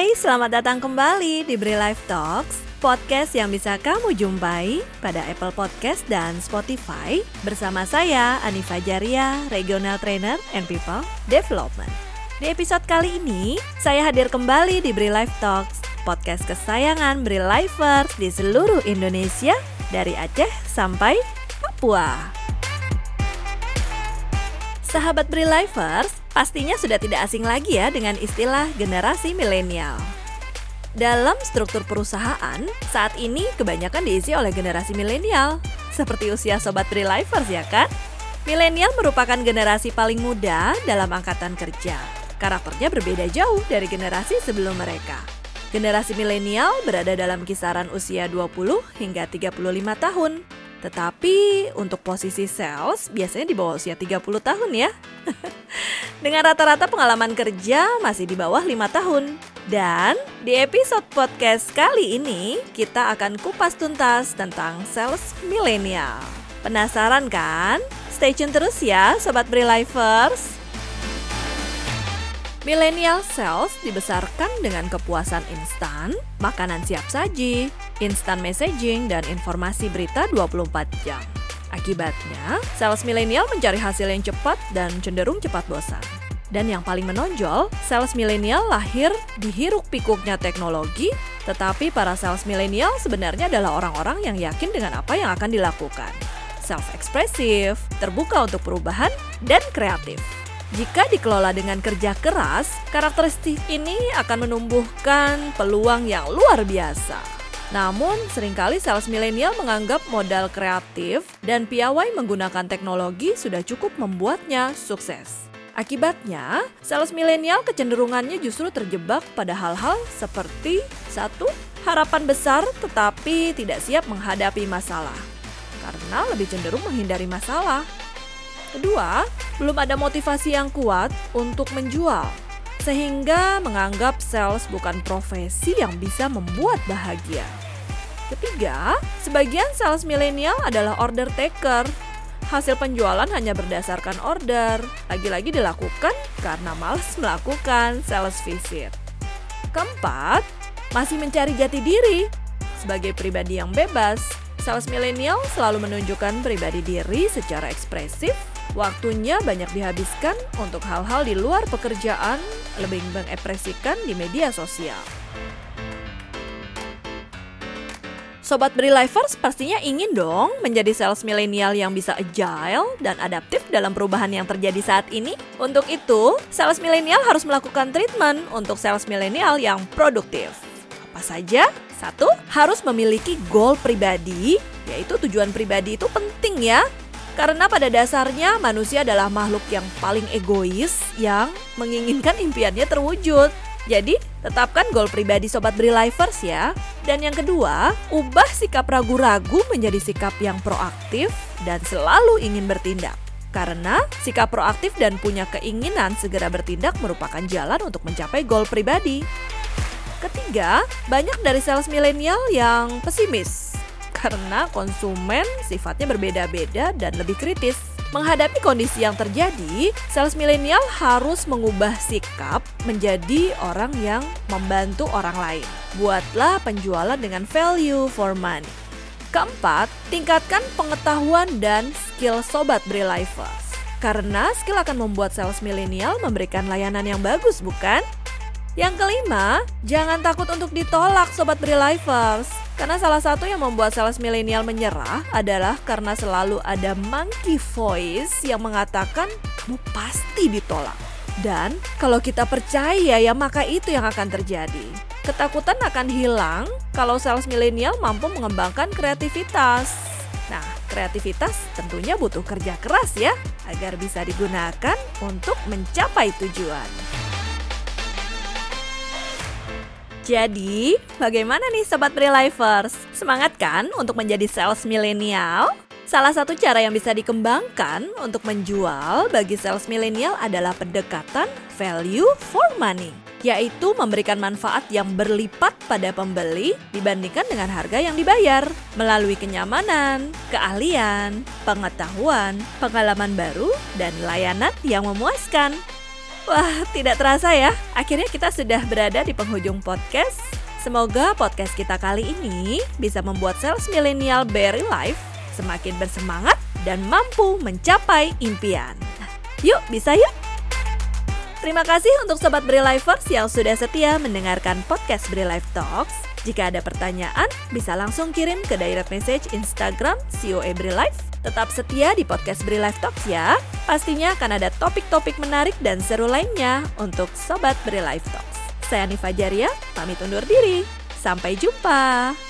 Hai, selamat datang kembali di Bri Life Talks, podcast yang bisa kamu jumpai pada Apple Podcast dan Spotify bersama saya, Ani Fajaria, Regional Trainer and People Development. Di episode kali ini, saya hadir kembali di Bri Life Talks, podcast kesayangan Bri Lifers di seluruh Indonesia, dari Aceh sampai Papua. Sahabat Bri Lifers, pastinya sudah tidak asing lagi ya dengan istilah generasi milenial. Dalam struktur perusahaan, saat ini kebanyakan diisi oleh generasi milenial. Seperti usia Sobat Bri Lifers ya kan? Milenial merupakan generasi paling muda dalam angkatan kerja. Karakternya berbeda jauh dari generasi sebelum mereka. Generasi milenial berada dalam kisaran usia 20 hingga 35 tahun. Tetapi untuk posisi sales biasanya di bawah usia 30 tahun ya. Dengan rata-rata pengalaman kerja masih di bawah 5 tahun. Dan di episode podcast kali ini kita akan kupas tuntas tentang sales milenial. Penasaran kan? Stay tune terus ya Sobat Bri Lifers. Millennial sales dibesarkan dengan kepuasan instan, makanan siap saji, instant messaging, dan informasi berita 24 jam. Akibatnya, sales milenial mencari hasil yang cepat dan cenderung cepat bosan. Dan yang paling menonjol, sales milenial lahir di hiruk-pikuknya teknologi, tetapi para sales milenial sebenarnya adalah orang-orang yang yakin dengan apa yang akan dilakukan. Self-ekspresif, terbuka untuk perubahan, dan kreatif. Jika dikelola dengan kerja keras, karakteristik ini akan menumbuhkan peluang yang luar biasa. Namun, seringkali sales milenial menganggap modal kreatif dan piawai menggunakan teknologi sudah cukup membuatnya sukses. Akibatnya, sales milenial kecenderungannya justru terjebak pada hal-hal seperti 1. Harapan besar tetapi tidak siap menghadapi masalah, karena lebih cenderung menghindari masalah. 2. Belum ada motivasi yang kuat untuk menjual, sehingga menganggap sales bukan profesi yang bisa membuat bahagia. 3. Sebagian sales milenial adalah order taker. Hasil penjualan hanya berdasarkan order, lagi-lagi dilakukan karena malas melakukan sales visit. 4. Masih mencari jati diri. Sebagai pribadi yang bebas, sales milenial selalu menunjukkan pribadi diri secara ekspresif. Waktunya banyak dihabiskan untuk hal-hal di luar pekerjaan, lebih mengekspresikan di media sosial. Sobat Bri Lifers pastinya ingin dong menjadi sales milenial yang bisa agile dan adaptif dalam perubahan yang terjadi saat ini. Untuk itu, sales milenial harus melakukan treatment untuk sales milenial yang produktif. Apa saja? 1. Harus memiliki goal pribadi, yaitu tujuan pribadi itu penting ya. Karena pada dasarnya manusia adalah makhluk yang paling egois yang menginginkan impiannya terwujud. Jadi, tetapkan goal pribadi Sobat Bri Lifers ya. Dan yang kedua, ubah sikap ragu-ragu menjadi sikap yang proaktif dan selalu ingin bertindak. Karena sikap proaktif dan punya keinginan segera bertindak merupakan jalan untuk mencapai goal pribadi. Ketiga, banyak dari sales milenial yang pesimis. Karena konsumen sifatnya berbeda-beda dan lebih kritis. Menghadapi kondisi yang terjadi, sales milenial harus mengubah sikap menjadi orang yang membantu orang lain. Buatlah penjualan dengan value for money. 4. Tingkatkan pengetahuan dan skill Sobat Bri Lifers. Karena skill akan membuat sales milenial memberikan layanan yang bagus, bukan? Yang kelima, jangan takut untuk ditolak Sobat Bri Lifers. Karena salah satu yang membuat sales milenial menyerah adalah karena selalu ada monkey voice yang mengatakan kamu pasti ditolak. Dan kalau kita percaya ya maka itu yang akan terjadi. Ketakutan akan hilang kalau sales milenial mampu mengembangkan kreativitas. Nah, kreativitas tentunya butuh kerja keras ya agar bisa digunakan untuk mencapai tujuan. Jadi, bagaimana nih Sobat Bri Lifers? Semangat kan untuk menjadi sales milenial? Salah satu cara yang bisa dikembangkan untuk menjual bagi sales milenial adalah pendekatan value for money, yaitu memberikan manfaat yang berlipat pada pembeli dibandingkan dengan harga yang dibayar melalui kenyamanan, keahlian, pengetahuan, pengalaman baru, dan layanan yang memuaskan. Wah, tidak terasa ya, akhirnya kita sudah berada di penghujung podcast. Semoga podcast kita kali ini bisa membuat sales milenial Berry Life semakin bersemangat dan mampu mencapai impian. Yuk, bisa yuk! Terima kasih untuk Sobat Berry Lifers yang sudah setia mendengarkan podcast Berry Life Talks. Jika ada pertanyaan, bisa langsung kirim ke direct message Instagram COE Berry Life. Tetap setia di podcast Berry Life Talks ya. Pastinya akan ada topik-topik menarik dan seru lainnya untuk Sobat Berry Life Talks. Saya Nifa Jaria, pamit undur diri. Sampai jumpa.